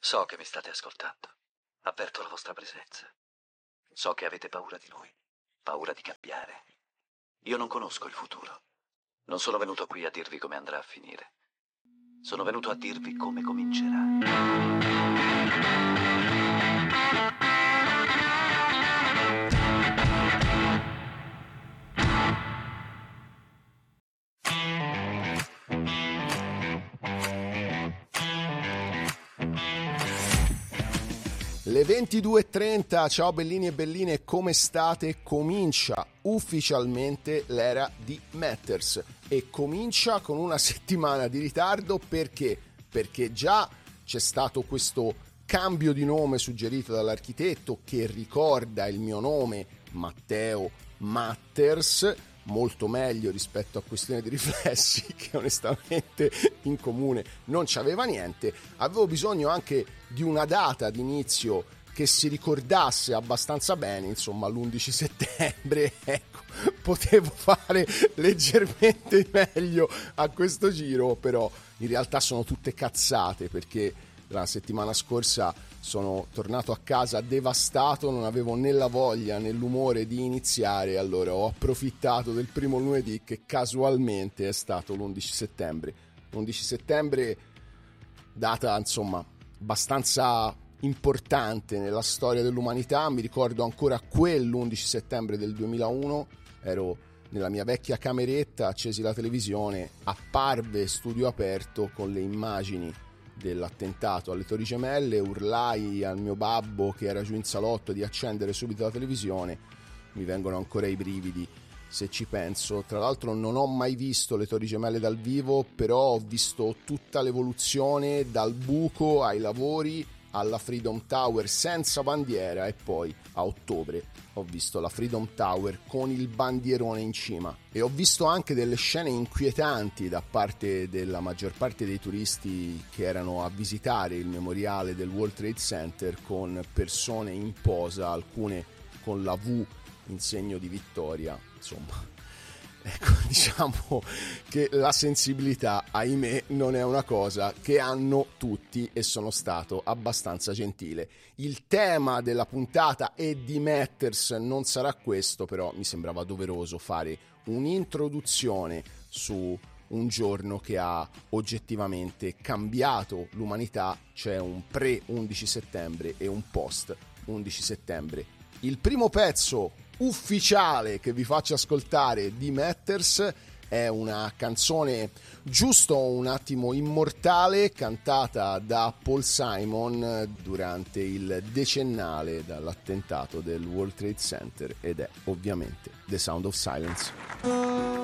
So che mi state ascoltando. Avverto la vostra presenza. So che avete paura di noi, paura di cambiare. Io non conosco il futuro. Non sono venuto qui a dirvi come andrà a finire. Sono venuto a dirvi come comincerà. Le 22:30, ciao bellini e belline, come state? Comincia ufficialmente l'era di Matters e comincia con una settimana di ritardo perché già c'è stato questo cambio di nome suggerito dall'architetto che ricorda il mio nome, Matteo Matters, molto meglio rispetto a Questione di Riflessi che onestamente in comune non c'aveva niente. Avevo bisogno anche di una data di inizio che si ricordasse abbastanza bene, insomma l'11 settembre, ecco, potevo fare leggermente meglio a questo giro, però in realtà sono tutte cazzate perché la settimana scorsa sono tornato a casa devastato, non avevo né la voglia né l'umore di iniziare, allora ho approfittato del primo lunedì che casualmente è stato l'11 settembre. L'11 settembre, data insomma abbastanza importante nella storia dell'umanità, mi ricordo ancora quell'11 settembre del 2001, ero nella mia vecchia cameretta, accesi la televisione, apparve Studio Aperto con le immagini dell'attentato alle Torri Gemelle, urlai al mio babbo che era giù in salotto di accendere subito la televisione, mi vengono ancora i brividi se ci penso. Tra l'altro non ho mai visto le Torri Gemelle dal vivo, però ho visto tutta l'evoluzione dal buco ai lavori alla Freedom Tower senza bandiera e poi a ottobre ho visto la Freedom Tower con il bandierone in cima e ho visto anche delle scene inquietanti da parte della maggior parte dei turisti che erano a visitare il memoriale del World Trade Center con persone in posa, alcune con la V in segno di vittoria, insomma. Ecco, diciamo che la sensibilità, ahimè, non è una cosa che hanno tutti e sono stato abbastanza gentile. Il tema della puntata e di Matters non sarà questo, però mi sembrava doveroso fare un'introduzione su un giorno che ha oggettivamente cambiato l'umanità. C'è un pre-11 settembre e un post-11 settembre. Il primo pezzo ufficiale che vi faccio ascoltare di Matters è una canzone giusto un attimo immortale cantata da Paul Simon durante il decennale dall'attentato del World Trade Center ed è ovviamente The Sound of Silence.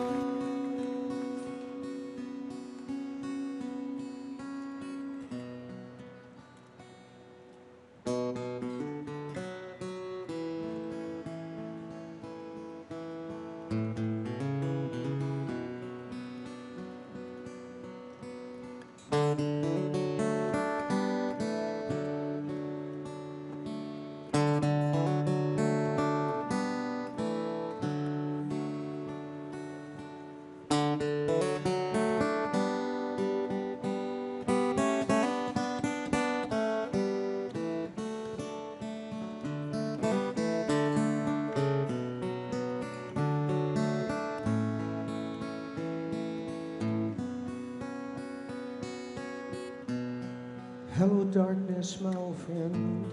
Hello darkness, my old friend,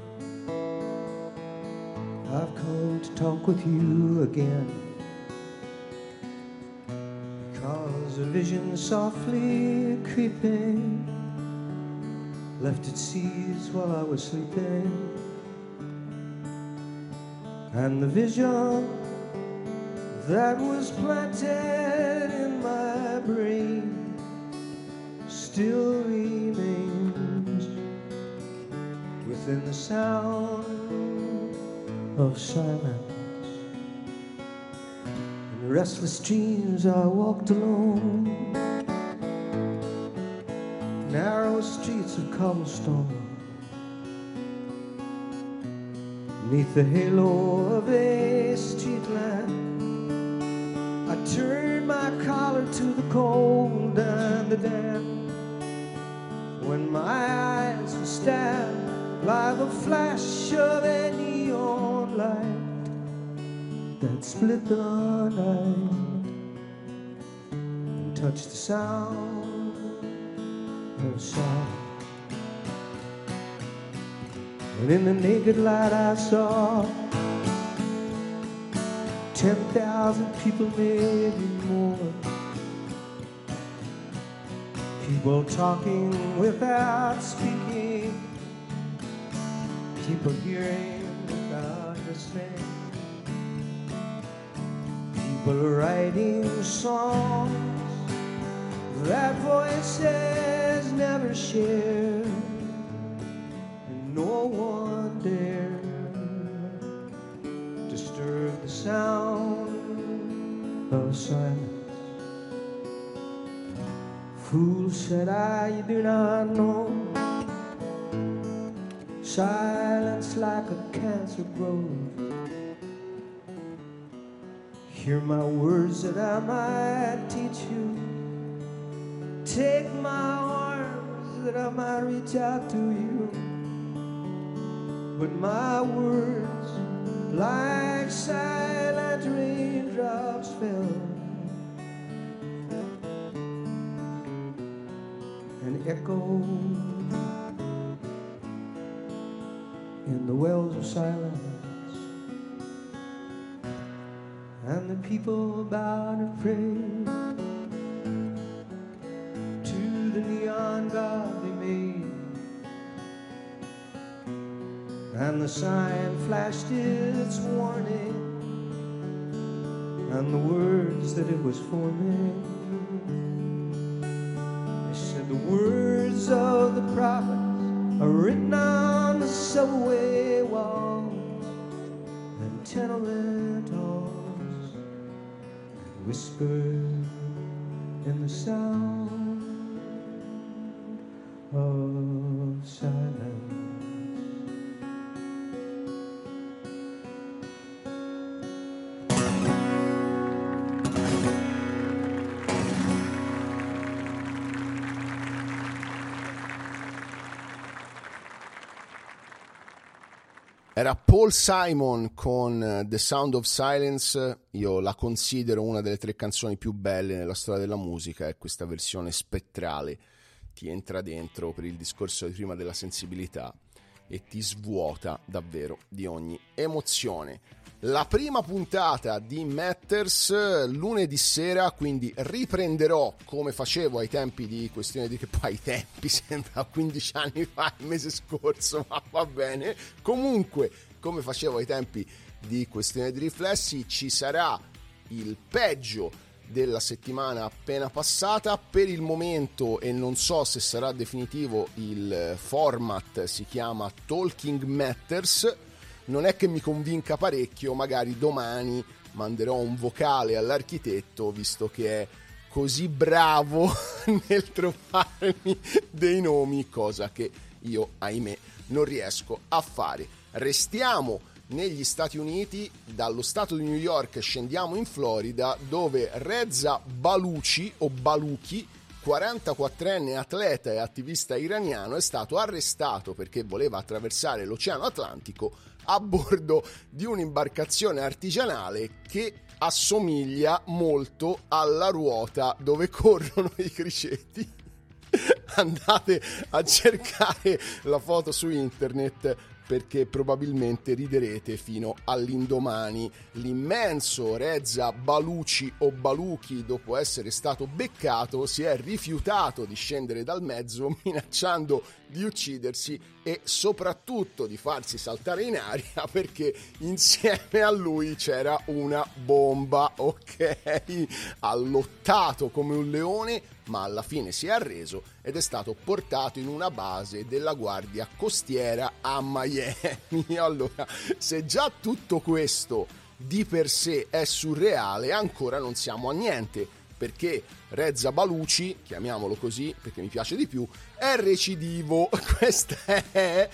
I've come to talk with you again, because a vision softly creeping left its seeds while I was sleeping, and the vision that was planted in my brain still remains within the sound of silence. In restless dreams I walked alone, narrow streets of cobblestone, beneath the halo of a street lamp. I turned my collar to the cold and the damp, when my eyes were stabbed by the flash of a neon light that split the night and touched the sound of silence. And in the naked light I saw 10,000 people, maybe more. People talking without speaking, people hearing without listening, people writing songs that voices never share, and no one dare disturb the sound of silence. Fool, said I, you do not know. Silence like a cancer grows. Hear my words that I might teach you. Take my arms that I might reach out to you. But my words, like silent raindrops, fell and echoed in the wells of silence, and the people bowed and prayed to the neon god they made, and the sign flashed its warning, and the words that it was forming. The words of the prophets are written on the subway walls and tenement halls, and whispered in the sound of silence. Era Paul Simon con The Sound of Silence. Io la considero una delle 3 canzoni più belle nella storia della musica, e questa versione spettrale ti entra dentro, per il discorso di prima della sensibilità, e ti svuota davvero di ogni emozione. La prima puntata di Matters lunedì sera, quindi riprenderò come facevo ai tempi di Questione di, che poi ai tempi sembra 15 anni fa, il mese scorso, ma va bene. Comunque, come facevo ai tempi di Questione di Riflessi, ci sarà il peggio della settimana appena passata. Per il momento, e non so se sarà definitivo, il format si chiama Talking Matters. Non è che mi convinca parecchio, magari domani manderò un vocale all'architetto, visto che è così bravo nel trovarmi dei nomi, cosa che io, ahimè, non riesco a fare. Restiamo negli Stati Uniti, dallo stato di New York scendiamo in Florida, dove Reza Baluchi, o Baluchi, 44enne atleta e attivista iraniano, è stato arrestato perché voleva attraversare l'Oceano Atlantico a bordo di un'imbarcazione artigianale che assomiglia molto alla ruota dove corrono i criceti. Andate a cercare la foto su internet, perché probabilmente riderete fino all'indomani. L'immenso Reza Baluchi, o Baluchi, dopo essere stato beccato, si è rifiutato di scendere dal mezzo, minacciando di uccidersi e soprattutto di farsi saltare in aria, perché insieme a lui c'era una bomba, ok? Ha lottato come un leone, ma alla fine si è arreso ed è stato portato in una base della Guardia Costiera a Miami. Allora, se già tutto questo di per sé è surreale, ancora non siamo a niente, perché Reza Baluchi, chiamiamolo così perché mi piace di più, è recidivo. Questa è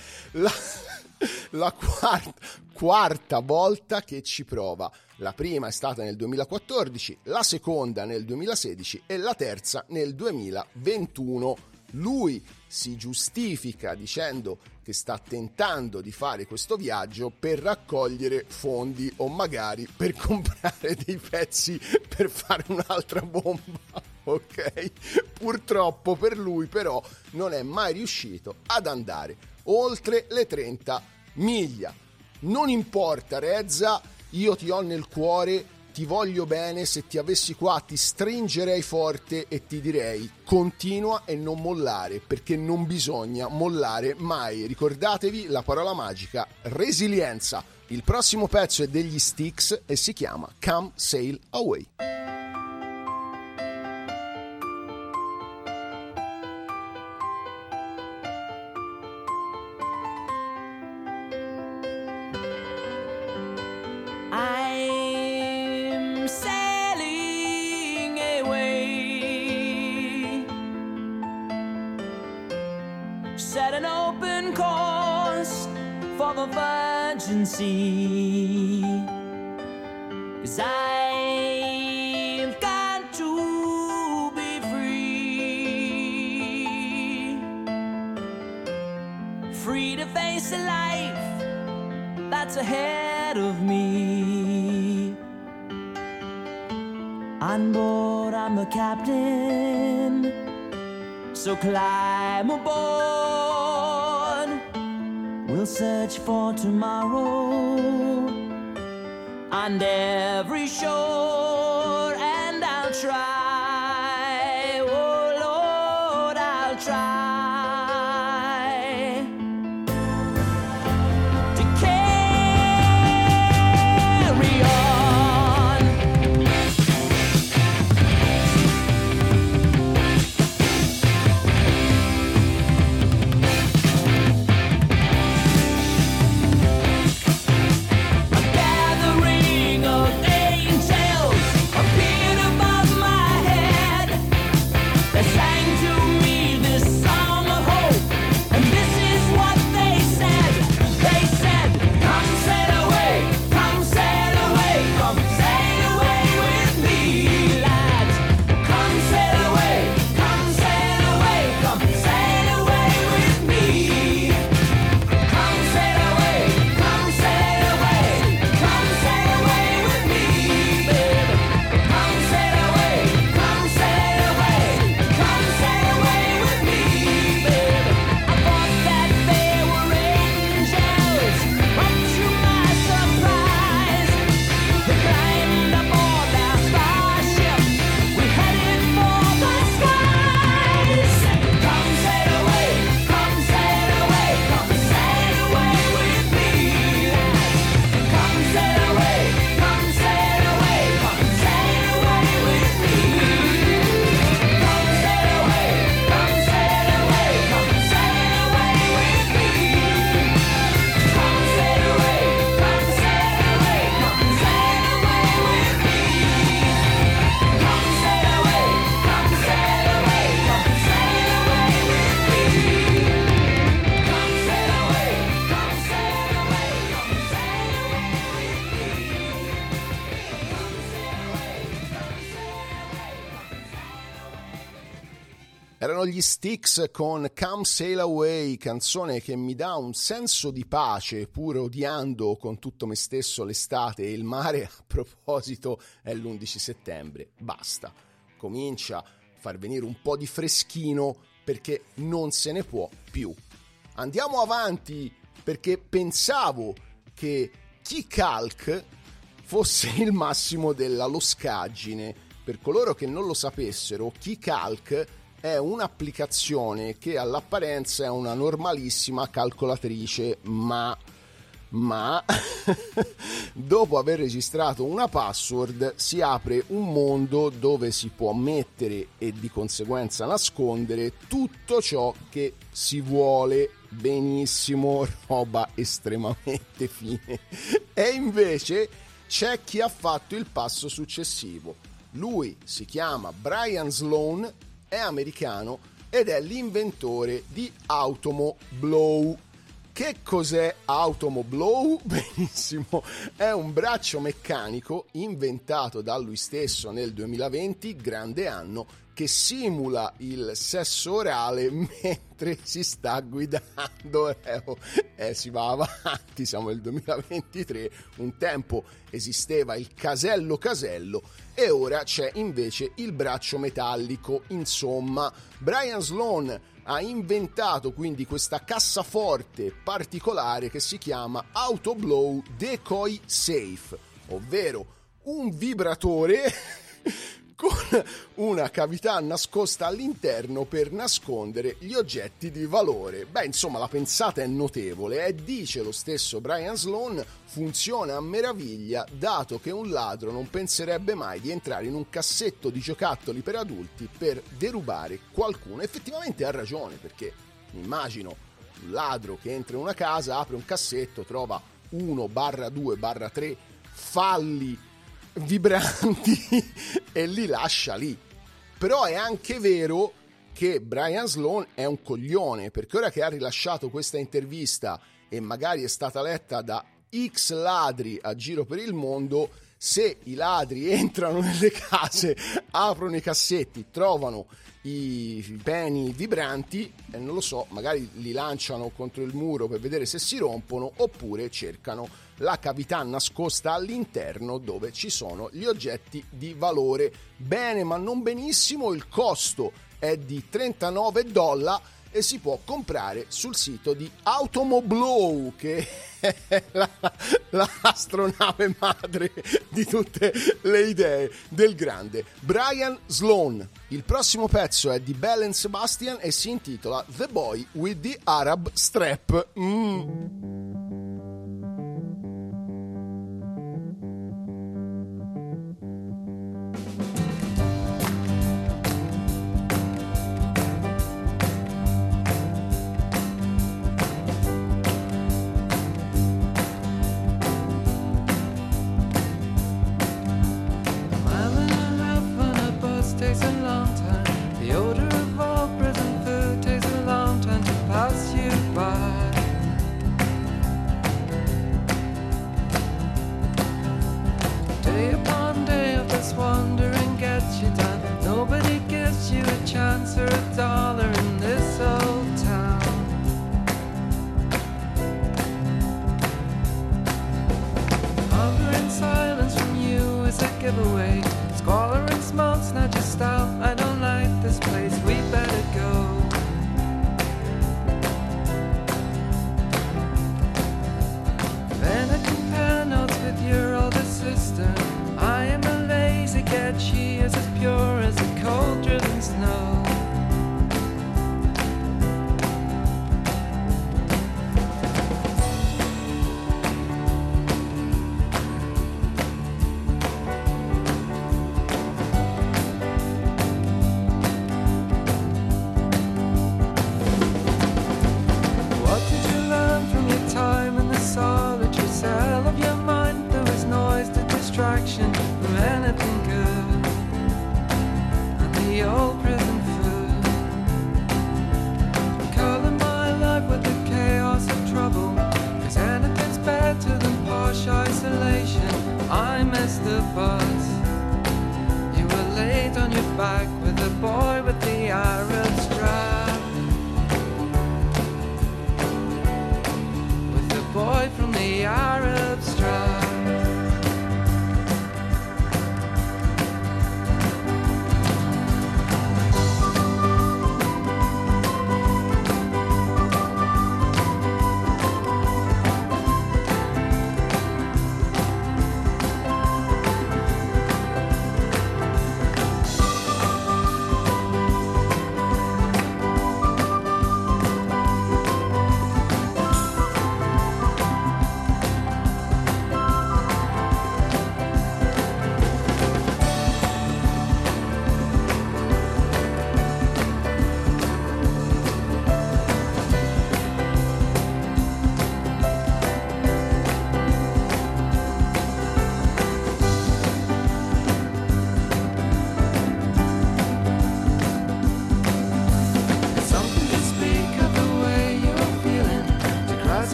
la quarta volta che ci prova. La prima è stata nel 2014, la seconda nel 2016 e la terza nel 2021. Lui si giustifica dicendo che sta tentando di fare questo viaggio per raccogliere fondi o magari per comprare dei pezzi per fare un'altra bomba, ok? Purtroppo per lui però non è mai riuscito ad andare oltre le 30 miglia. Non importa Rezza, io ti ho nel cuore, ti voglio bene, se ti avessi qua ti stringerei forte e ti direi continua e non mollare, perché non bisogna mollare mai. Ricordatevi la parola magica, resilienza. Il prossimo pezzo è degli Styx e si chiama Come Sail Away. Sea, 'cause I've got to be free, free to face a life that's ahead of me. On board I'm the captain, so climb aboard. We'll search for tomorrow on every shore, and I'll try, oh Lord, I'll try to carry on. Erano gli Styx con Come Sail Away, canzone che mi dà un senso di pace pur odiando con tutto me stesso l'estate e il mare. A proposito, è l'11 settembre, basta, comincia a far venire un po' di freschino perché non se ne può più. Andiamo avanti perché pensavo che Kick Hulk fosse il massimo della loscaggine. Per coloro che non lo sapessero, Kick Hulk è un'applicazione che all'apparenza è una normalissima calcolatrice, ma dopo aver registrato una password si apre un mondo dove si può mettere e di conseguenza nascondere tutto ciò che si vuole. Benissimo, roba estremamente fine. E invece c'è chi ha fatto il passo successivo. Lui si chiama Brian Sloan, è americano ed è l'inventore di Automo Blow. Che cos'è Automo Blow? Benissimo, è un braccio meccanico inventato da lui stesso nel 2020, grande anno, che simula il sesso orale mentre si sta guidando. Si va avanti, siamo nel 2023, un tempo esisteva il casello e ora c'è invece il braccio metallico. Insomma, Brian Sloan ha inventato quindi questa cassaforte particolare che si chiama Autoblow Decoy Safe, ovvero un vibratore con una cavità nascosta all'interno per nascondere gli oggetti di valore. Beh, insomma, la pensata è notevole e dice lo stesso Brian Sloan, funziona a meraviglia, dato che un ladro non penserebbe mai di entrare in un cassetto di giocattoli per adulti per derubare qualcuno. Effettivamente ha ragione, perché mi immagino un ladro che entra in una casa, apre un cassetto, trova 1/2/3 falli vibranti e li lascia lì. Però è anche vero che Brian Sloan è un coglione, perché ora che ha rilasciato questa intervista e magari è stata letta da X ladri a giro per il mondo, se i ladri entrano nelle case, aprono i cassetti, trovano i peni vibranti e non lo so, magari li lanciano contro il muro per vedere se si rompono, oppure cercano la cavità nascosta all'interno dove ci sono gli oggetti di valore. Bene, ma non benissimo. Il costo è di $39 e si può comprare sul sito di Automoblow, che è l'astronave madre di tutte le idee del grande Brian Sloan. Il prossimo pezzo è di Belle & Sebastian e si intitola The Boy with the Arab Strap.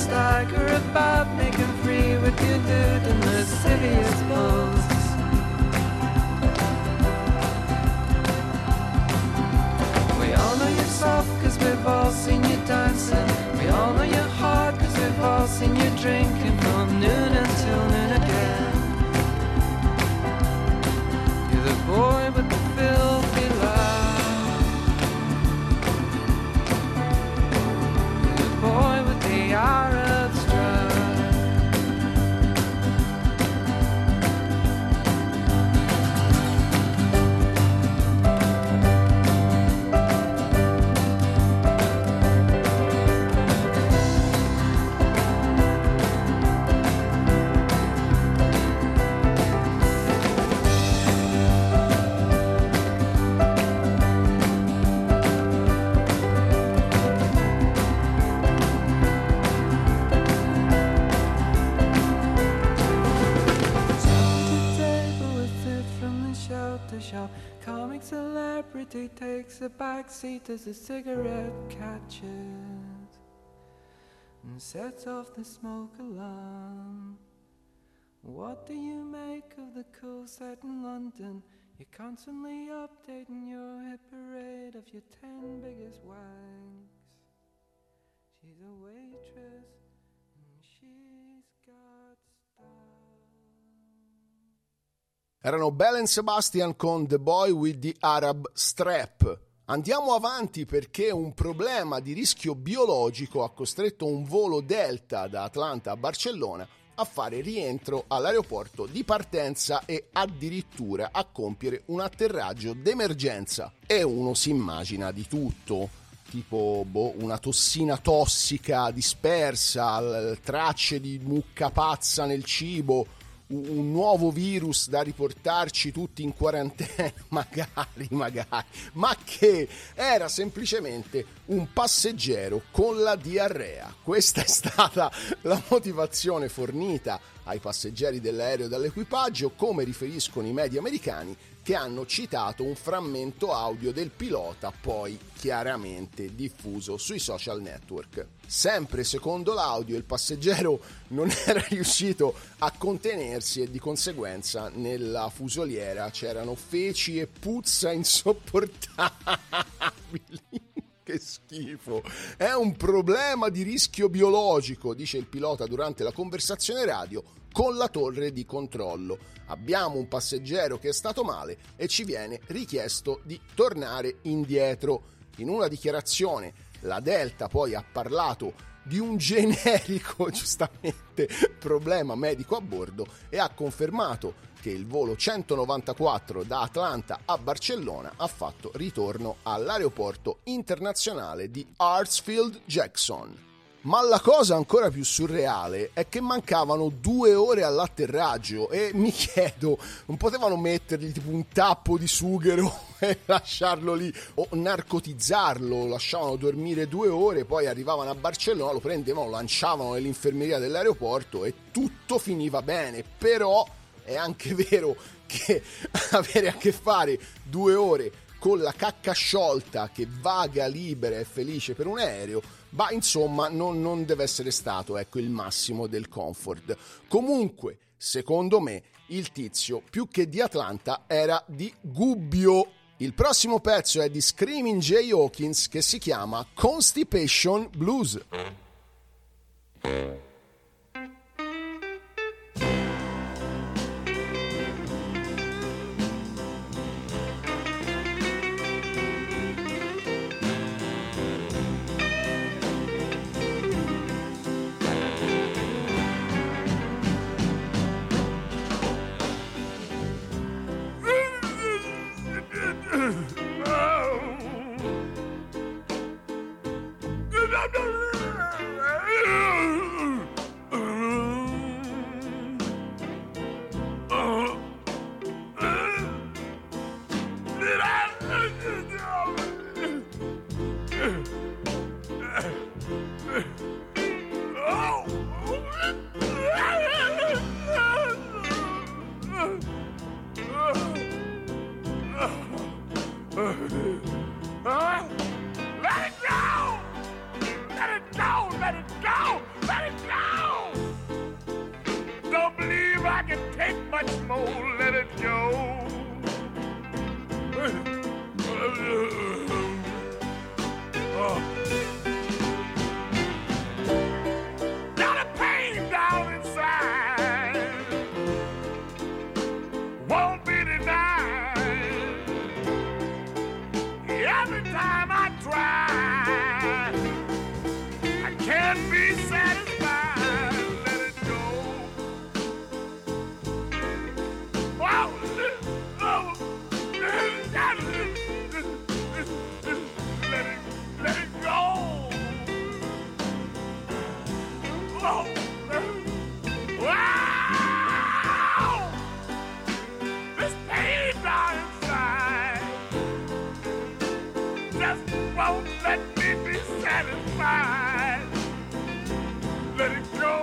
stagger about, making free with your dude in lascivious pose. We all know you're soft cause we've all seen you dancing. We all know you're hard cause we've all seen you drinking from noon until noon again. You're the boy with the filthy laugh. You're the boy with the Arab strap. Comic celebrity takes a back seat as the cigarette catches and sets off the smoke alarm. What do you make of the cool set in London? You're constantly updating your hit parade of your 10 biggest wanks. She's a waitress and she's got style. Erano Bell and Sebastian con The Boy with the Arab Strap. Andiamo avanti perché un problema di rischio biologico ha costretto un volo Delta da Atlanta a Barcellona a fare rientro all'aeroporto di partenza e addirittura a compiere un atterraggio d'emergenza. E uno si immagina di tutto, tipo una tossina tossica dispersa, tracce di mucca pazza nel cibo, un nuovo virus da riportarci tutti in quarantena, magari, ma che era semplicemente un passeggero con la diarrea. Questa è stata la motivazione fornita ai passeggeri dell'aereo dall'equipaggio, come riferiscono i media americani, che hanno citato un frammento audio del pilota poi chiaramente diffuso sui social network. Sempre secondo l'audio, il passeggero non era riuscito a contenersi e di conseguenza nella fusoliera c'erano feci e puzza insopportabili. Che schifo! È un problema di rischio biologico, dice il pilota durante la conversazione radio con la torre di controllo. Abbiamo un passeggero che è stato male e ci viene richiesto di tornare indietro. In una dichiarazione la Delta poi ha parlato di un generico, giustamente, problema medico a bordo e ha confermato che il volo 194 da Atlanta a Barcellona ha fatto ritorno all'aeroporto internazionale di Hartsfield-Jackson. Ma la cosa ancora più surreale è che mancavano 2 ore all'atterraggio e mi chiedo, non potevano mettergli tipo un tappo di sughero e lasciarlo lì o narcotizzarlo, lasciavano dormire 2 ore, poi arrivavano a Barcellona, lo prendevano, lo lanciavano nell'infermeria dell'aeroporto e tutto finiva bene. Però è anche vero che avere a che fare 2 ore con la cacca sciolta che vaga libera e felice per un aereo, ma insomma non deve essere stato, ecco, il massimo del comfort. Comunque, secondo me, il tizio più che di Atlanta era di Gubbio. Il prossimo pezzo è di Screaming Jay Hawkins che si chiama Constipation Blues. Let it go! Let it and be satisfied. Let it go. Oh, oh, let it go. Oh, wow! This pain down inside just won't let me be satisfied. Let it go.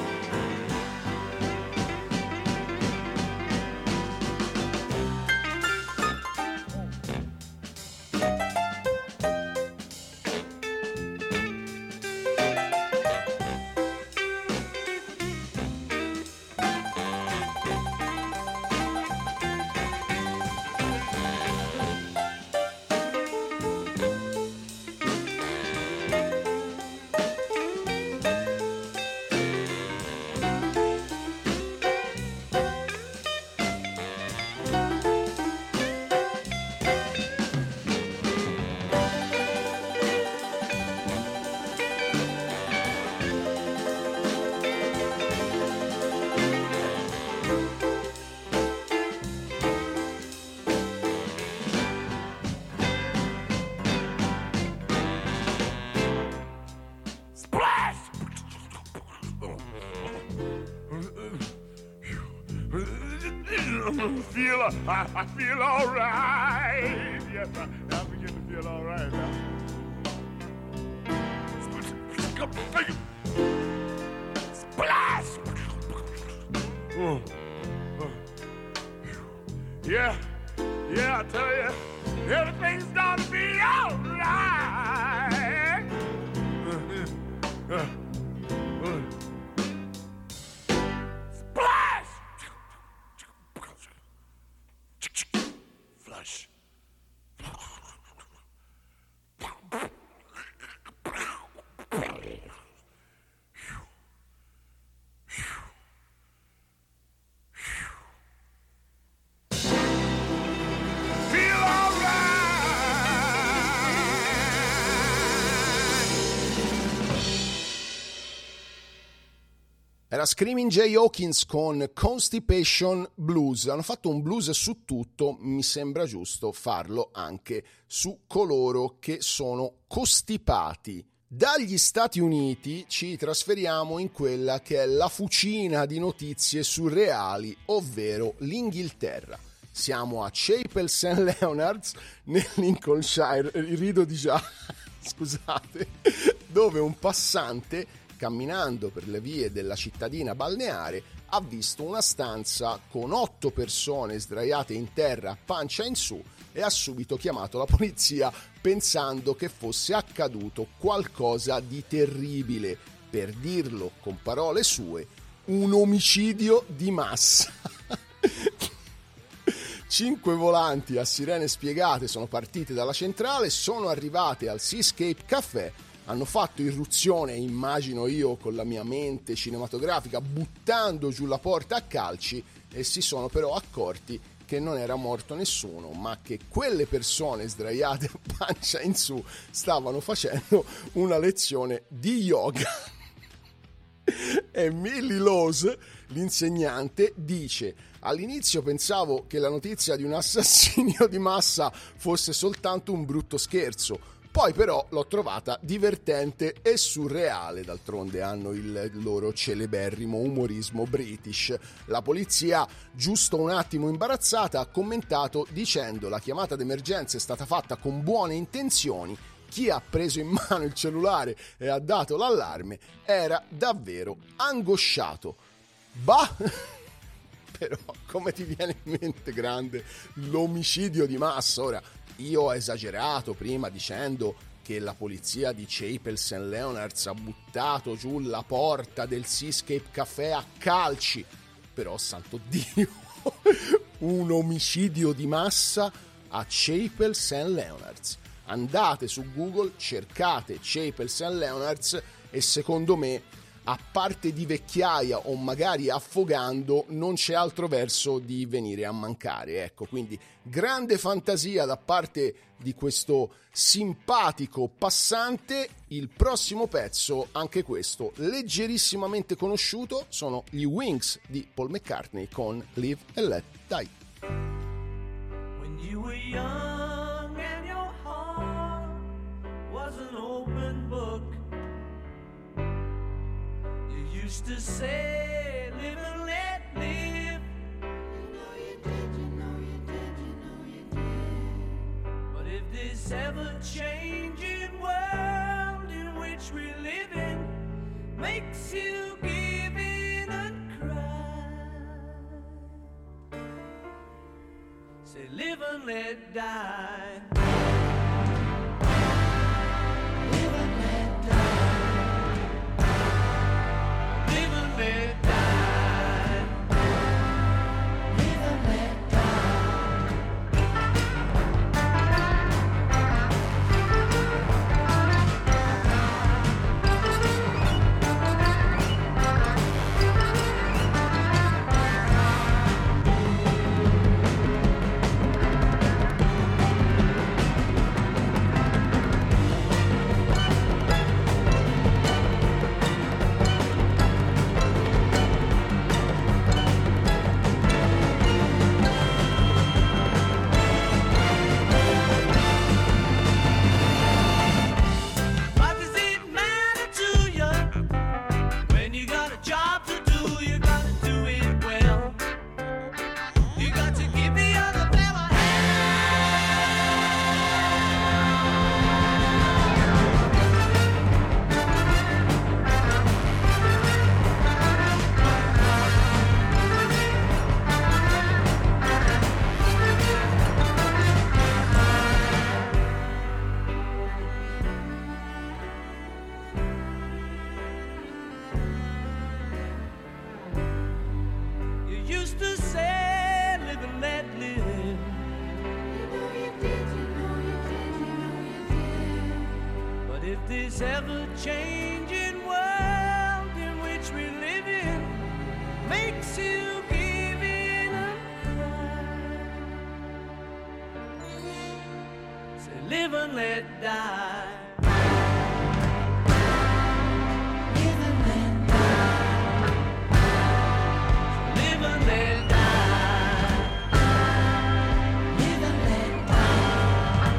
I feel all right. Yes, I begin to feel all right now. Splash! Yeah, I tell you, everything's gonna be all right. Splash! Flush. Era Screaming Jay Hawkins con Constipation Blues. Hanno fatto un blues su tutto, mi sembra giusto farlo anche su coloro che sono costipati. Dagli Stati Uniti ci trasferiamo in quella che è la fucina di notizie surreali, ovvero l'Inghilterra. Siamo a Chapel St. Leonard's nel Lincolnshire, rido di già, scusate, dove un passante camminando per le vie della cittadina balneare ha visto una stanza con 8 persone sdraiate in terra, pancia in su, e ha subito chiamato la polizia pensando che fosse accaduto qualcosa di terribile. Per dirlo con parole sue, un omicidio di massa. 5 volanti a sirene spiegate sono partite dalla centrale, sono arrivate al Seascape Café, hanno fatto irruzione, immagino io con la mia mente cinematografica, buttando giù la porta a calci, e si sono però accorti che non era morto nessuno, ma che quelle persone sdraiate a pancia in su stavano facendo una lezione di yoga. E Millie Laws, l'insegnante, dice: all'inizio pensavo che la notizia di un assassinio di massa fosse soltanto un brutto scherzo, poi però l'ho trovata divertente e surreale. D'altronde hanno il loro celeberrimo umorismo british. La polizia, giusto un attimo imbarazzata, ha commentato dicendo: la chiamata d'emergenza è stata fatta con buone intenzioni, chi ha preso in mano il cellulare e ha dato l'allarme era davvero angosciato. Bah! Però come ti viene in mente, grande, l'omicidio di massa? Ora, io ho esagerato prima dicendo che la polizia di Chapel St. Leonard's ha buttato giù la porta del Seascape Café a calci, però santo Dio, un omicidio di massa a Chapel St. Leonard's. Andate su Google, cercate Chapel St. Leonard's e secondo me a parte di vecchiaia o magari affogando, non c'è altro verso di venire a mancare, ecco. Quindi grande fantasia da parte di questo simpatico passante. Il prossimo pezzo, anche questo leggerissimamente conosciuto, sono gli Wings di Paul McCartney con Live and Let Die. When you were young and your heart was an open book, you used to say, live and let live. You know you did, you know you did, you know you did. But if this ever-changing world in which we live in makes you give in and cry, say live and let die. Live and let die. Live and let die. Live and let die. What does it matter to you when you got a job to do? You gotta do it well. You got to give the other fella You used to say, live and let live. You know you did, you know you did, you know you did. But if this ever-changing world in which we live in makes you give in and cry, say live and let die. Live and let die. Live and let die. Live and let die.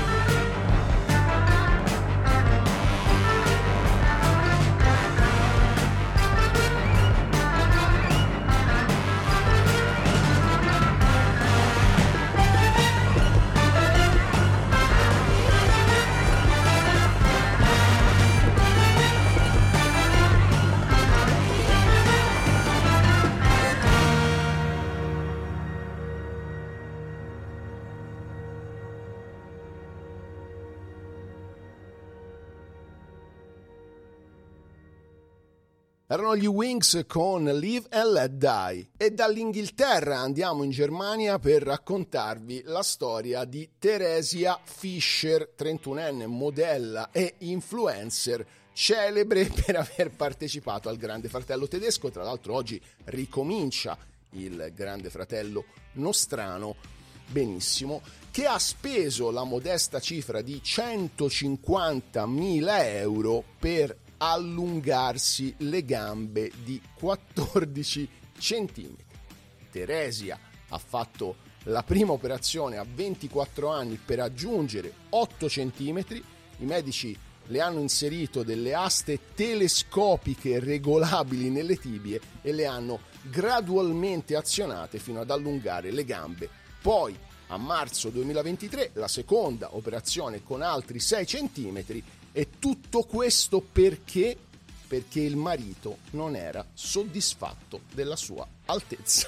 Erano gli Wings con Live and Let Die. E dall'Inghilterra andiamo in Germania per raccontarvi la storia di Theresia Fischer, 31enne modella e influencer celebre per aver partecipato al Grande Fratello tedesco. Tra l'altro oggi ricomincia il Grande Fratello nostrano, benissimo, che ha speso la modesta cifra di 150.000 euro per allungarsi le gambe di 14 centimetri. Theresia ha fatto la prima operazione a 24 anni per aggiungere 8 centimetri. I medici le hanno inserito delle aste telescopiche regolabili nelle tibie e le hanno gradualmente azionate fino ad allungare le gambe. Poi a marzo 2023 la seconda operazione con altri 6 centimetri. E tutto questo perché? Perché il marito non era soddisfatto della sua altezza.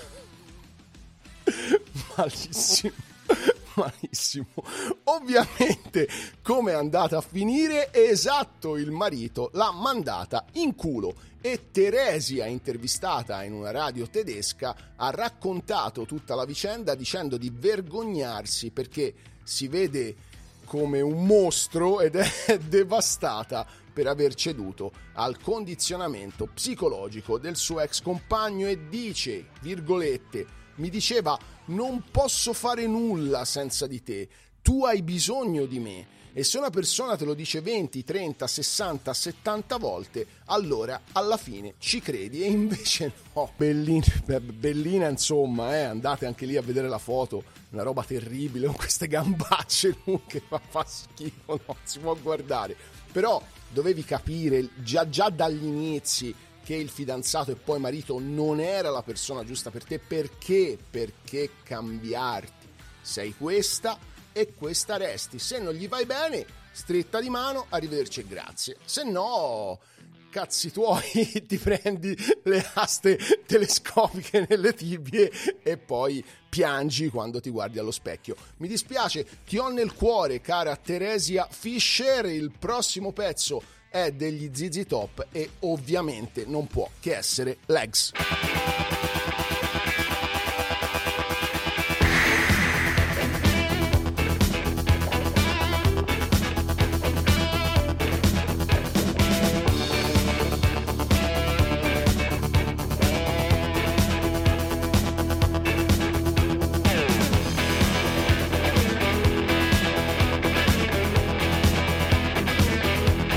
Malissimo, malissimo. Ovviamente, come è andata a finire? Esatto, il marito l'ha mandata in culo. E Theresia, intervistata in una radio tedesca, ha raccontato tutta la vicenda dicendo di vergognarsi perché si vede come un mostro ed è devastata per aver ceduto al condizionamento psicologico del suo ex compagno e dice, virgolette, mi diceva non posso fare nulla senza di te, tu hai bisogno di me. E se una persona te lo dice 20, 30, 60, 70 volte, allora alla fine ci credi, e invece no. Bellina insomma, andate anche lì a vedere la foto, una roba terribile con queste gambacce che fa schifo, no, si può guardare. Però dovevi capire già dagli inizi che il fidanzato e poi marito non era la persona giusta per te. Perché cambiarti? Sei questa e questa resti. Se non gli vai bene, stretta di mano, arrivederci e grazie. Se no, cazzi tuoi, ti prendi le aste telescopiche nelle tibie e poi piangi quando ti guardi allo specchio. Mi dispiace, ti ho nel cuore, cara Teresia Fischer. Il prossimo pezzo è degli ZZ Top e ovviamente non può che essere Legs.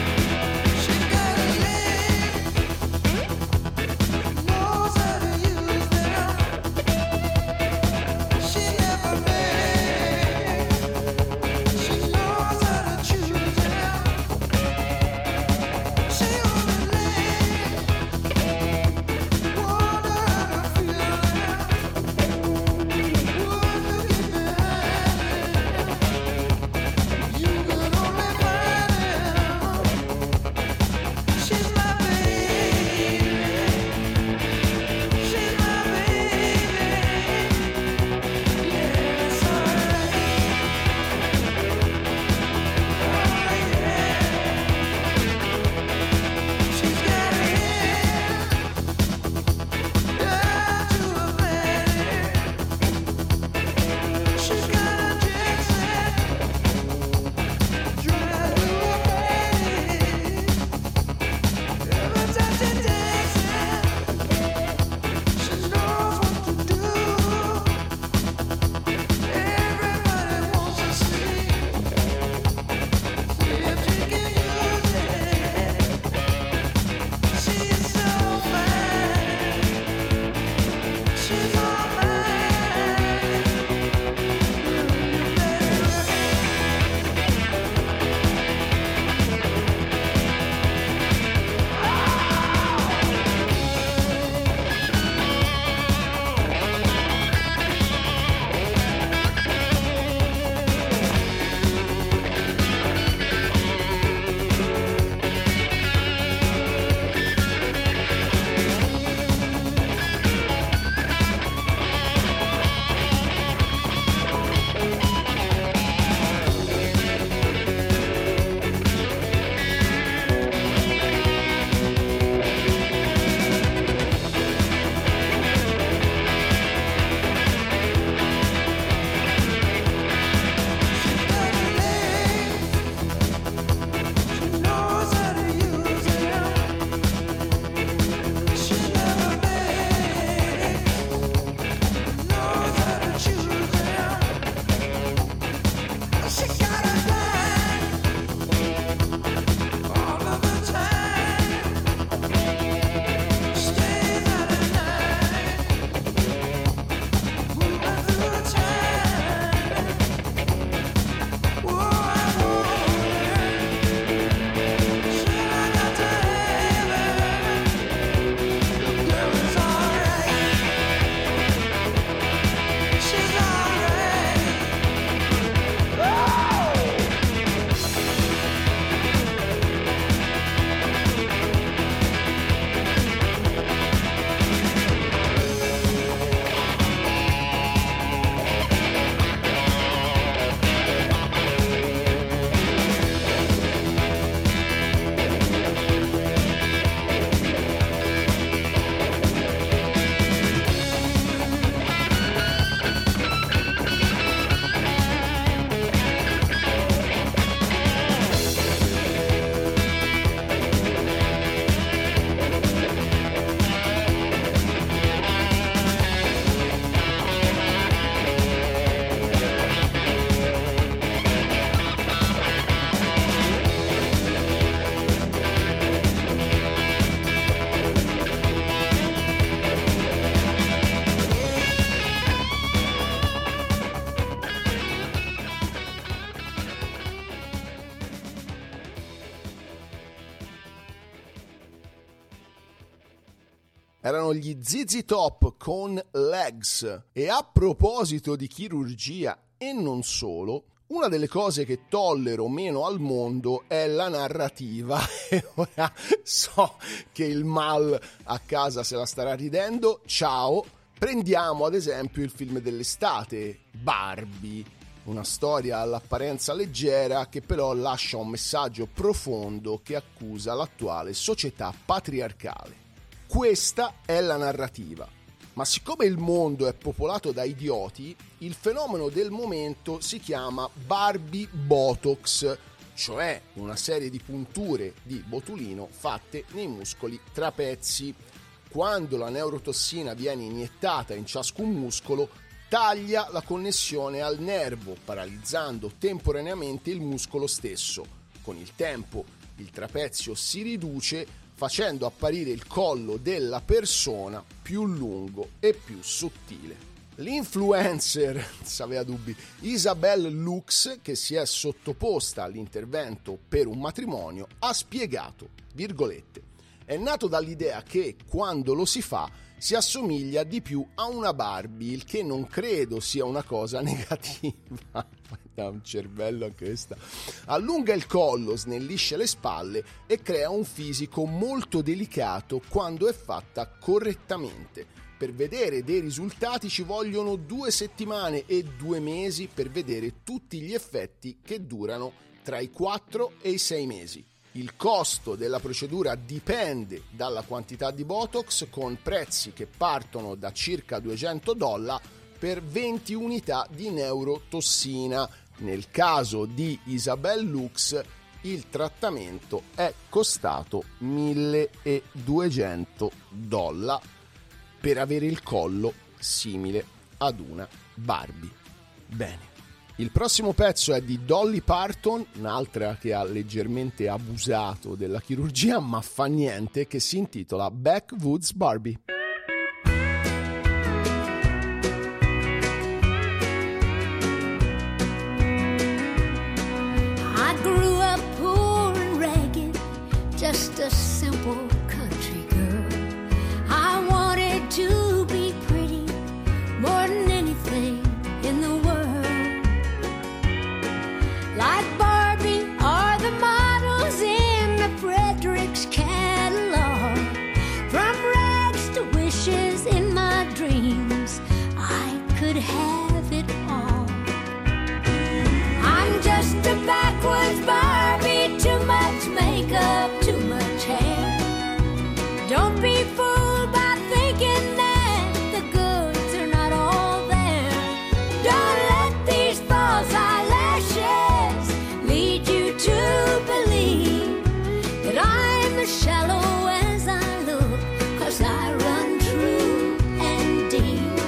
Knows how to use Erano gli ZZ Top con Legs. E a proposito di chirurgia e non solo, una delle cose che tollero meno al mondo è la narrativa. E ora so che il Mal a casa se la starà ridendo. Ciao! Prendiamo ad esempio il film dell'estate, Barbie, una storia all'apparenza leggera che però lascia un messaggio profondo che accusa l'attuale società patriarcale. Questa è la narrativa. Ma siccome il mondo è popolato da idioti, il fenomeno del momento si chiama Barbie Botox, cioè una serie di punture di botulino fatte nei muscoli trapezi. Quando la neurotossina viene iniettata in ciascun muscolo, taglia la connessione al nervo, paralizzando temporaneamente il muscolo stesso. Con il tempo il trapezio si riduce, facendo apparire il collo della persona più lungo e più sottile. L'influencer, se aveva dubbi, Isabelle Lux, che si è sottoposta all'intervento per un matrimonio, ha spiegato, virgolette, è nato dall'idea che quando lo si fa si assomiglia di più a una Barbie, il che non credo sia una cosa negativa. Da un cervello anche questa. Allunga il collo, snellisce le spalle e crea un fisico molto delicato quando è fatta correttamente. Per vedere dei risultati ci vogliono 2 settimane e 2 mesi per vedere tutti gli effetti che durano tra i 4 e i 6 mesi. Il costo della procedura dipende dalla quantità di Botox, con prezzi che partono da circa $200 per 20 unità di neurotossina. Nel caso di Isabelle Lux il trattamento è costato $1.200 per avere il collo simile ad una Barbie. Bene. Il prossimo pezzo è di Dolly Parton, un'altra che ha leggermente abusato della chirurgia, ma fa niente, che si intitola Backwoods Barbie. I grew up poor and ragged, just a simple country girl. I wanted to be pretty more than anything in the world. Like Barbie are the models in the Fredericks catalog. From rags to wishes in my dreams, I could have it all. I'm just a backwoods Barbie, too much makeup, too much hair. Don't be fooled by thinking that the goods are not all there. Don't let these false eyelashes lead you to believe that I'm as shallow as I look, 'cause I run true and deep.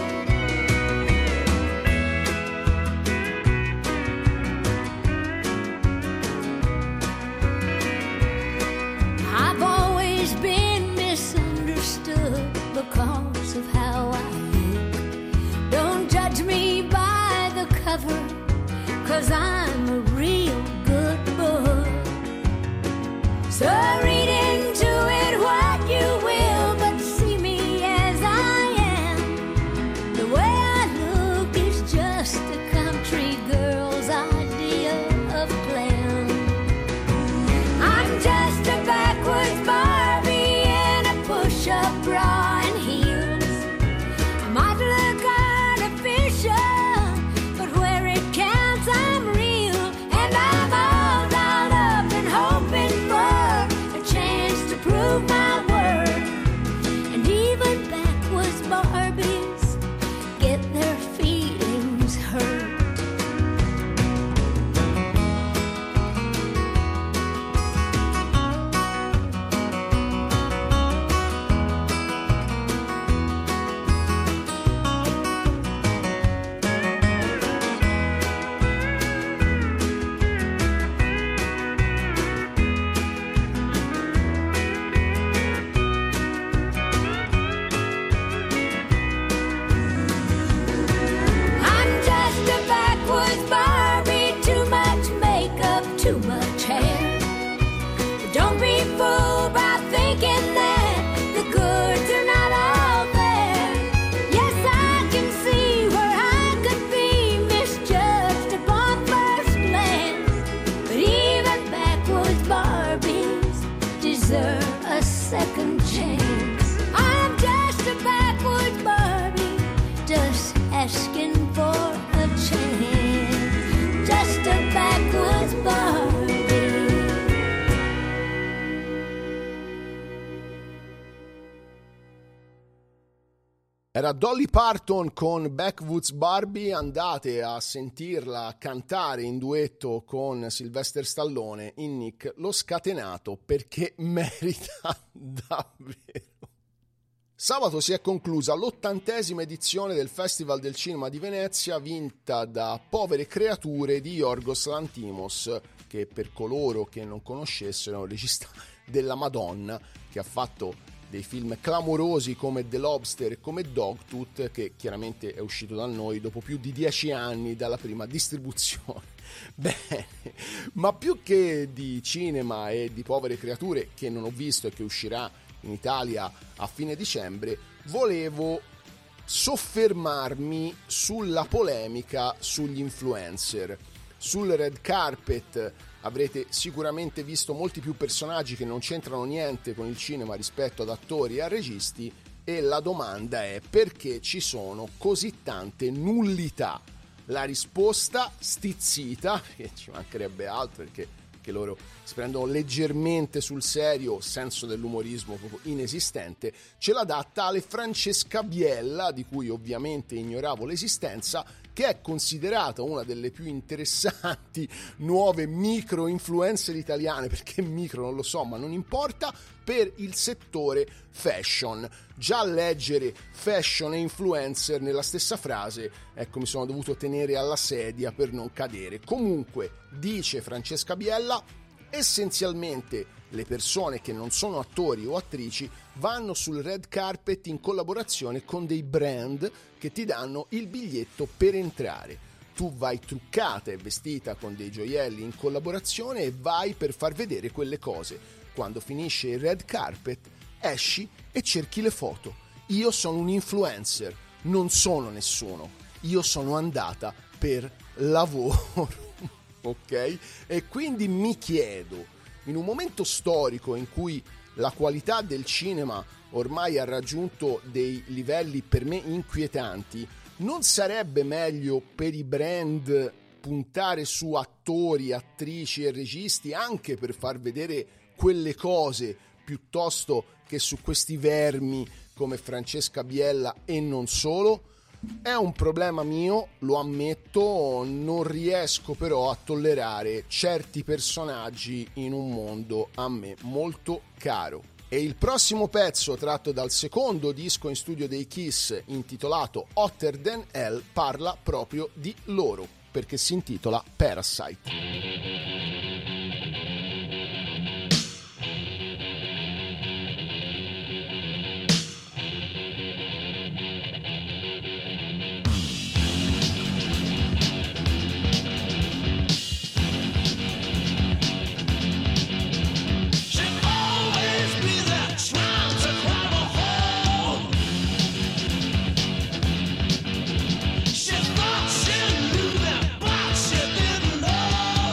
I've always been misunderstood because of how I look. Don't judge me by the cover, 'cause I'm a real good book. So read into it what you will, but see me as I am. The way I look is just a country girl's idea of glam. I'm just a backwoods Barbie in a push-up bra and heels. I might look artificial, but where it counts I'm real. deserve a second chance. I'm just a backwoods Barbie, just asking for a chance. Just a backwoods Barbie. Era Dolly Parton con Backwoods Barbie, andate a sentirla cantare in duetto con Sylvester Stallone in Nick lo Scatenato, perché merita davvero. Sabato si è conclusa l'80ª edizione del Festival del Cinema di Venezia, vinta da Povere Creature di Yorgos Lanthimos, che per coloro che non conoscessero è un regista della Madonna, che ha fatto dei film clamorosi come The Lobster e come Dogtooth, che chiaramente è uscito da noi dopo più di 10 anni dalla prima distribuzione. Bene, ma più che di cinema e di Povere Creature, che non ho visto e che uscirà in Italia a fine dicembre, volevo soffermarmi sulla polemica sugli influencer. Sul red carpet avrete sicuramente visto molti più personaggi che non c'entrano niente con il cinema rispetto ad attori e a registi, e la domanda è: perché ci sono così tante nullità? La risposta stizzita, che ci mancherebbe altro, perché loro si prendono leggermente sul serio, senso dell'umorismo proprio inesistente, ce l'ha dà tale Francesca Biella, di cui ovviamente ignoravo l'esistenza, che è considerata una delle più interessanti nuove micro influencer italiane, perché micro non lo so, ma non importa, per il settore fashion. Già leggere fashion e influencer nella stessa frase, ecco, mi sono dovuto tenere alla sedia per non cadere. Comunque, dice Francesca Biella, essenzialmente le persone che non sono attori o attrici vanno sul red carpet in collaborazione con dei brand che ti danno il biglietto per entrare. Tu vai truccata e vestita con dei gioielli in collaborazione e vai per far vedere quelle cose. Quando finisce il red carpet esci e cerchi le foto. Io sono un influencer, non sono nessuno. Io sono andata per lavoro, ok? E quindi mi chiedo, in un momento storico in cui la qualità del cinema ormai ha raggiunto dei livelli per me inquietanti, non sarebbe meglio per i brand puntare su attori, attrici e registi anche per far vedere quelle cose, piuttosto che su questi vermi come Francesca Biella e non solo? È un problema mio, lo ammetto, non riesco però a tollerare certi personaggi in un mondo a me molto caro. E il prossimo pezzo, tratto dal secondo disco in studio dei Kiss, intitolato Hotter Than Hell, parla proprio di loro, perché si intitola Parasite. She thought she knew that, but she didn't know.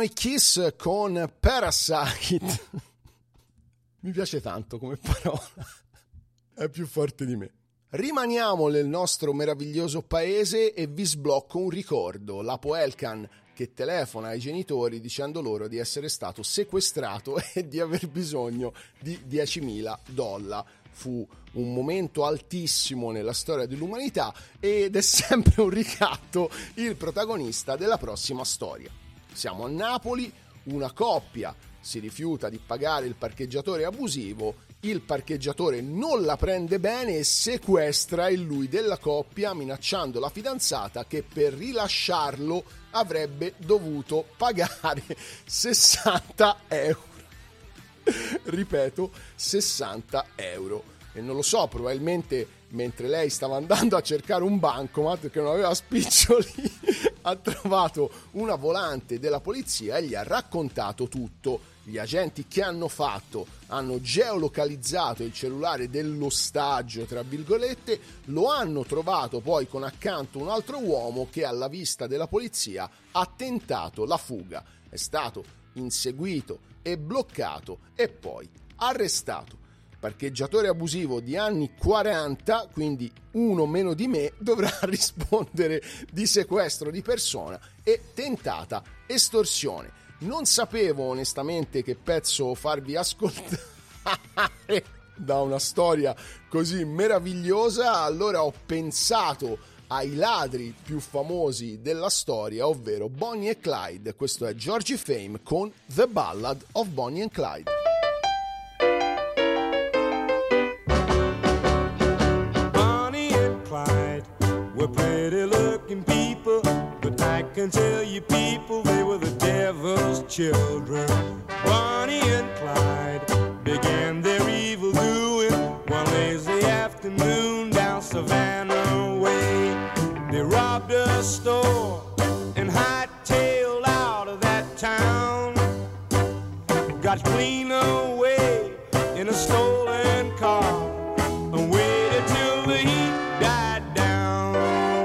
i Kiss con Parasite. Mi piace tanto come parola, è più forte di me. Rimaniamo nel nostro meraviglioso paese e vi sblocco un ricordo. Lapo Elkan che telefona ai genitori dicendo loro di essere stato sequestrato e di aver bisogno di $10.000. Fu un momento altissimo nella storia dell'umanità ed è sempre un ricatto il protagonista della prossima storia. Siamo a Napoli, una coppia si rifiuta di pagare il parcheggiatore abusivo, il parcheggiatore non la prende bene e sequestra il lui della coppia minacciando la fidanzata che per rilasciarlo avrebbe dovuto pagare 60 euro. Ripeto, 60 euro. E non lo so, probabilmente mentre lei stava andando a cercare un bancomat che non aveva spiccioli ha trovato una volante della polizia e gli ha raccontato tutto. Gli agenti che hanno fatto hanno geolocalizzato il cellulare dell'ostaggio, tra virgolette, lo hanno trovato poi con accanto un altro uomo che alla vista della polizia ha tentato la fuga. È stato inseguito e bloccato e poi arrestato. Parcheggiatore abusivo di anni 40, quindi uno meno di me, dovrà rispondere di sequestro di persona e tentata estorsione. Non sapevo onestamente che pezzo farvi ascoltare da una storia così meravigliosa, allora ho pensato ai ladri più famosi della storia, ovvero Bonnie e Clyde. Questo è Georgie Fame con The Ballad of Bonnie and Clyde. Were pretty looking people, but I can tell you people, they were the devil's children. Bonnie and Clyde began their evil doing one lazy afternoon down Savannah way. They robbed a store and hightailed out of that town. Got clean away in a stolen car and waited till the heat died down.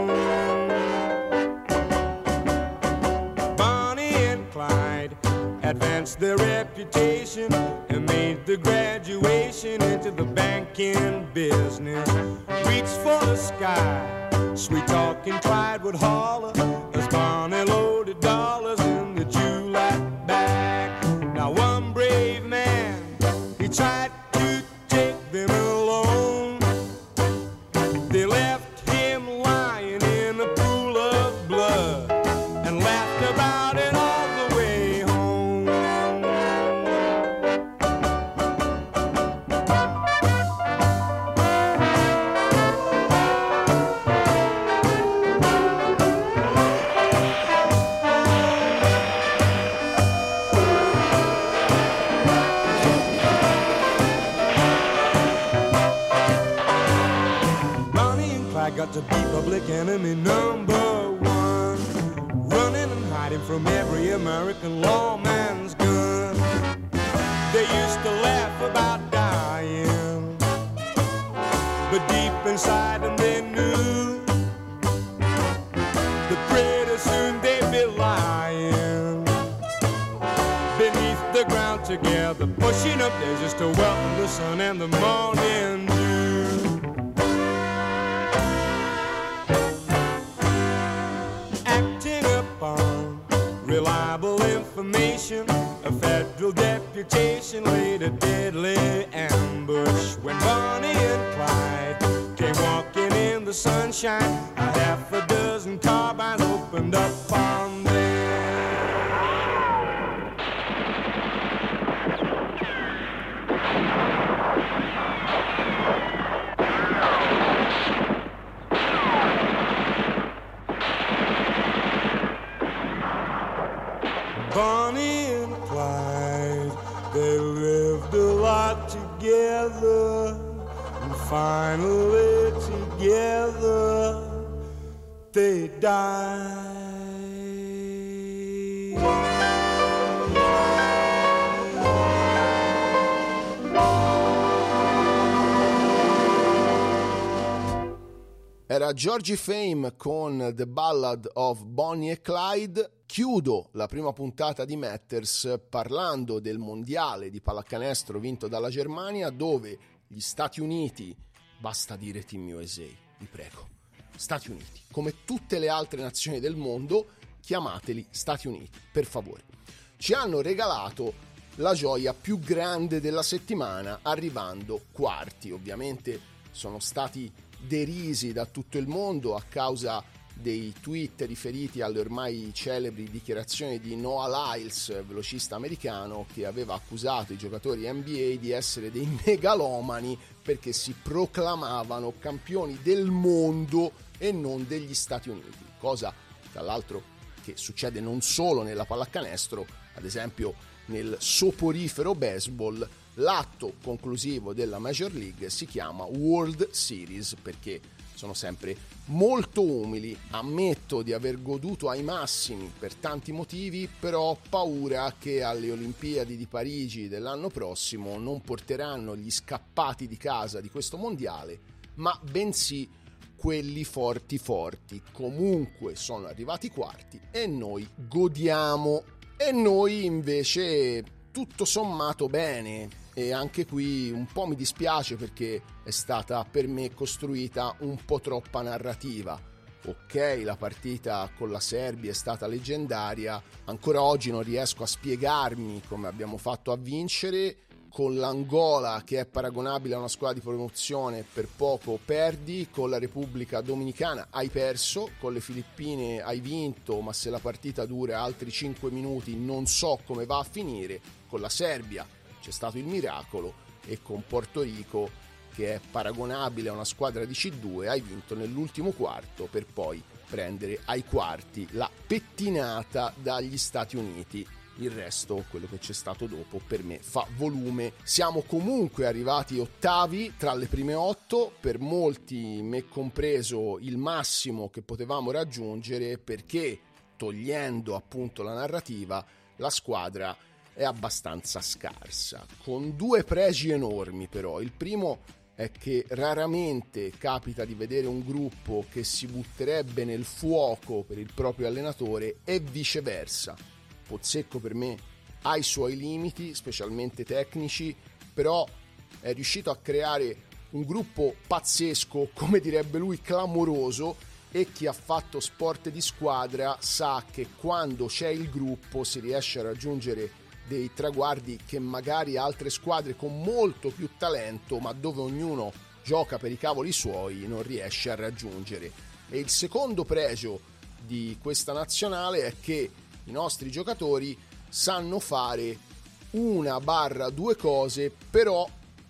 Bonnie and Clyde advanced their reputation and made the graduation into the banking business. Reached for the sky, sweet talking Clyde would holler as Bonnie loaded dollars in the July bag. Now one brave man, he tried to take them alone. They left him lying in a pool of blood and laughed about it all the way home. Bonnie and Clyde got to be public enemy number one, running and hiding from every American lawman's gun. They used to laugh about dying, but deep inside them they knew that pretty soon they'd be lying beneath the ground together, pushing up there just to welcome the sun and the morning dew. Acting upon reliable information, a federal deputation laid a deadly ambush. When Bonnie and Clyde came walking in the sunshine, a half a dozen carbines opened up on them. Bonnie and Clyde, they lived a lot together, and finally together they died. Era Georgie Fame con The Ballad of Bonnie e Clyde. Chiudo la prima puntata di Matters parlando del mondiale di pallacanestro vinto dalla Germania, dove gli Stati Uniti, basta dire Team USA, vi prego, Stati Uniti, come tutte le altre nazioni del mondo, chiamateli Stati Uniti, per favore, ci hanno regalato la gioia più grande della settimana, arrivando quarti. Ovviamente sono stati derisi da tutto il mondo a causa dei tweet riferiti alle ormai celebri dichiarazioni di Noah Lyles, velocista americano, che aveva accusato i giocatori NBA di essere dei megalomani perché si proclamavano campioni del mondo e non degli Stati Uniti, cosa tra l'altro che succede non solo nella pallacanestro, ad esempio nel soporifero baseball. L'atto conclusivo della Major League si chiama World Series perché sono sempre molto umili. Ammetto di aver goduto ai massimi per tanti motivi, però ho paura che alle Olimpiadi di Parigi dell'anno prossimo non porteranno gli scappati di casa di questo mondiale, ma bensì quelli forti. Comunque sono arrivati quarti e noi godiamo. E noi invece tutto sommato bene. E anche qui un po' mi dispiace perché è stata per me costruita un po' troppa narrativa. Ok, la partita con la Serbia è stata leggendaria, ancora oggi non riesco a spiegarmi come abbiamo fatto a vincere. Con l'Angola, che è paragonabile a una squadra di promozione, per poco perdi. Con la Repubblica Dominicana hai perso. Con le Filippine hai vinto, ma se la partita dura altri 5 minuti non so come va a finire. Con la Serbia c'è stato il miracolo e con Porto Rico, che è paragonabile a una squadra di C2, hai vinto nell'ultimo quarto per poi prendere ai quarti la pettinata dagli Stati Uniti. Il resto, quello che c'è stato dopo, per me fa volume. Siamo comunque arrivati ottavi tra le prime 8, per molti, me compreso, il massimo che potevamo raggiungere, perché togliendo appunto la narrativa, la squadra è abbastanza scarsa, con due pregi enormi però. Il primo è che raramente capita di vedere un gruppo che si butterebbe nel fuoco per il proprio allenatore e viceversa. Pozzecco per me ha i suoi limiti, specialmente tecnici, però è riuscito a creare un gruppo pazzesco, come direbbe lui, clamoroso, e chi ha fatto sport di squadra sa che quando c'è il gruppo si riesce a raggiungere dei traguardi che magari altre squadre con molto più talento, ma dove ognuno gioca per i cavoli suoi, non riesce a raggiungere. E il secondo pregio di questa nazionale è che i nostri giocatori sanno fare 1/2 cose, però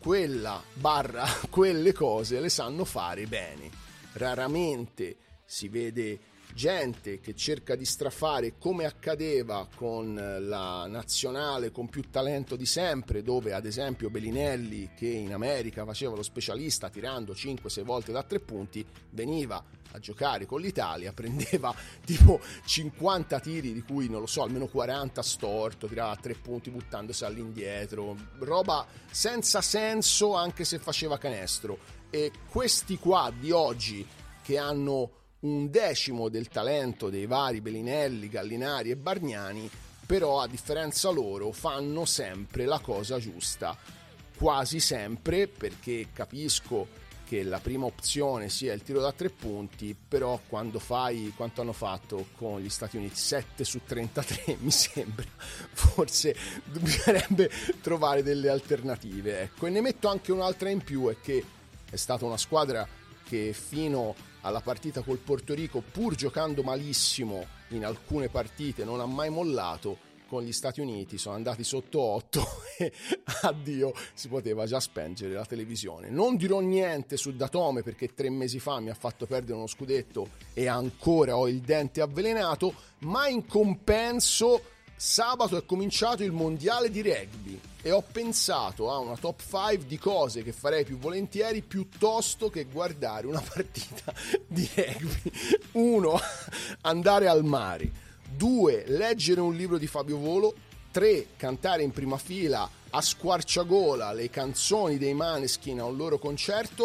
quelle cose le sanno fare bene. Raramente si vede gente che cerca di strafare, come accadeva con la nazionale con più talento di sempre, dove ad esempio Bellinelli, che in America faceva lo specialista tirando 5-6 volte da 3 punti, veniva a giocare con l'Italia, prendeva tipo 50 tiri, di cui non lo so, almeno 40 storto, tirava 3 punti buttandosi all'indietro, roba senza senso anche se faceva canestro. E questi qua di oggi, che hanno 1/10 del talento dei vari Bellinelli, Gallinari e Bargnani, però a differenza loro fanno sempre la cosa giusta, quasi sempre, perché capisco che la prima opzione sia il tiro da 3 punti, però quando fai, quanto hanno fatto con gli Stati Uniti, 7 su 33 mi sembra, forse bisognerebbe trovare delle alternative, ecco. E ne metto anche un'altra in più, è che è stata una squadra che fino alla partita col Porto Rico, pur giocando malissimo in alcune partite, non ha mai mollato. Con gli Stati Uniti sono andati sotto 8 e addio, si poteva già spengere la televisione. Non dirò niente su Datome perché 3 mesi fa mi ha fatto perdere uno scudetto e ancora ho il dente avvelenato, ma in compenso sabato è cominciato il mondiale di rugby e ho pensato a una top 5 di cose che farei più volentieri piuttosto che guardare una partita di rugby. 1. Andare al mare. 2. Leggere un libro di Fabio Volo. 3. Cantare in prima fila a squarciagola le canzoni dei Maneskin a un loro concerto.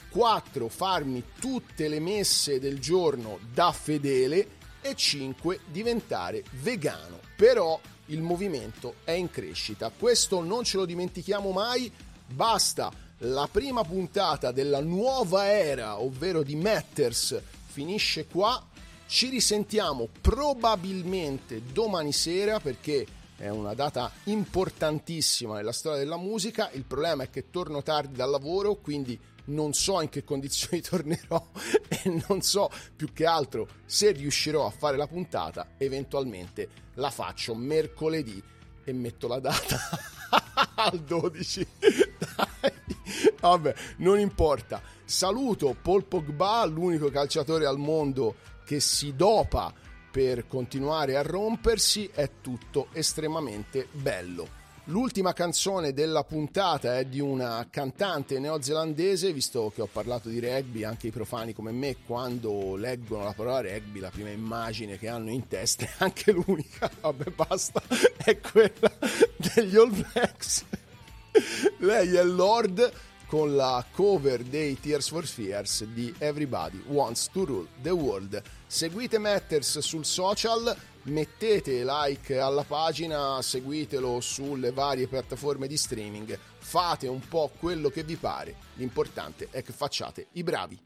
4 farmi tutte le messe del giorno da fedele e 5 diventare vegano. Però il movimento è in crescita, questo non ce lo dimentichiamo mai. Basta, la prima puntata della nuova era, ovvero di Matters, finisce qua. Ci risentiamo probabilmente domani sera, perché è una data importantissima nella storia della musica. Il problema è che torno tardi dal lavoro, quindi non so in che condizioni tornerò e non so più che altro se riuscirò a fare la puntata. Eventualmente la faccio mercoledì e metto la data al 12. Dai. Vabbè, non importa. Saluto Paul Pogba, l'unico calciatore al mondo che si dopa per continuare a rompersi. È tutto estremamente bello. L'ultima canzone della puntata è di una cantante neozelandese. Visto che ho parlato di rugby, anche i profani come me, quando leggono la parola rugby, la prima immagine che hanno in testa è anche l'unica, vabbè basta, è quella degli All Blacks. Lei è Lord, con la cover dei Tears for Fears di Everybody Wants to Rule the World. Seguite Matters sul social, mettete like alla pagina, seguitelo sulle varie piattaforme di streaming, fate un po' quello che vi pare, l'importante è che facciate i bravi.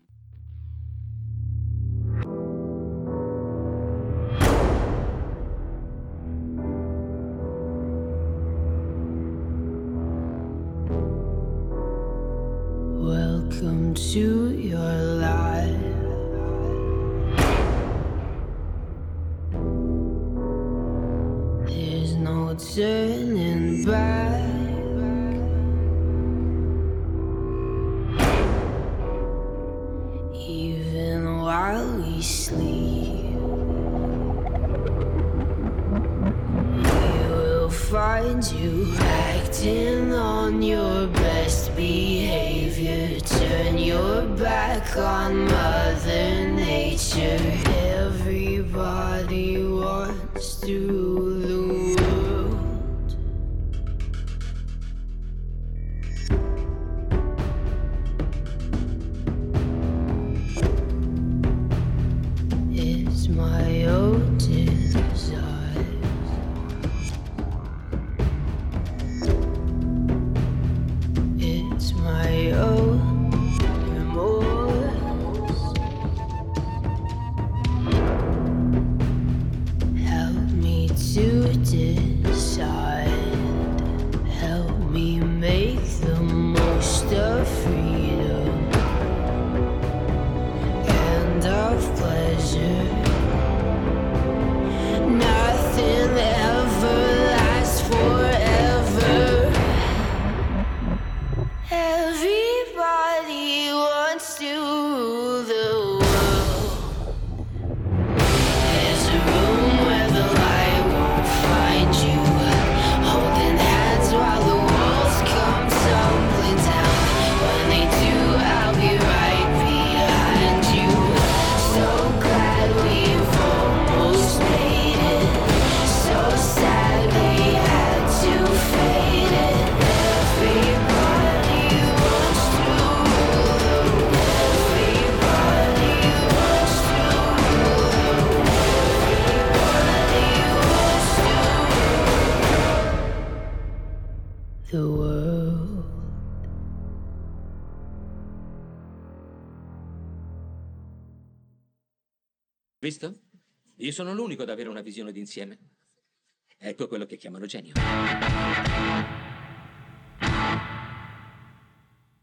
Welcome to your life. There's no turning back. Even while we sleep, we will find you acting on your best behavior. Turn your back on Mother Nature. Everybody wants to rule the world. It's my own desire. It's my own remorse. Help me to decide. Help me make the most of freedom and of pleasure. Nothing ever lasts forever. Everybody wants to rule the world. There's a room where the light won't find you, holding hands while the walls come tumbling down. When they do, I'll be right behind you. So glad we've almost made it. So sad we had to fade it. Everybody wants to rule the world. Everybody wants to rule the world. Everybody wants to rule the world. Visto? Io sono l'unico ad avere una visione d'insieme. Ecco quello che chiamano genio.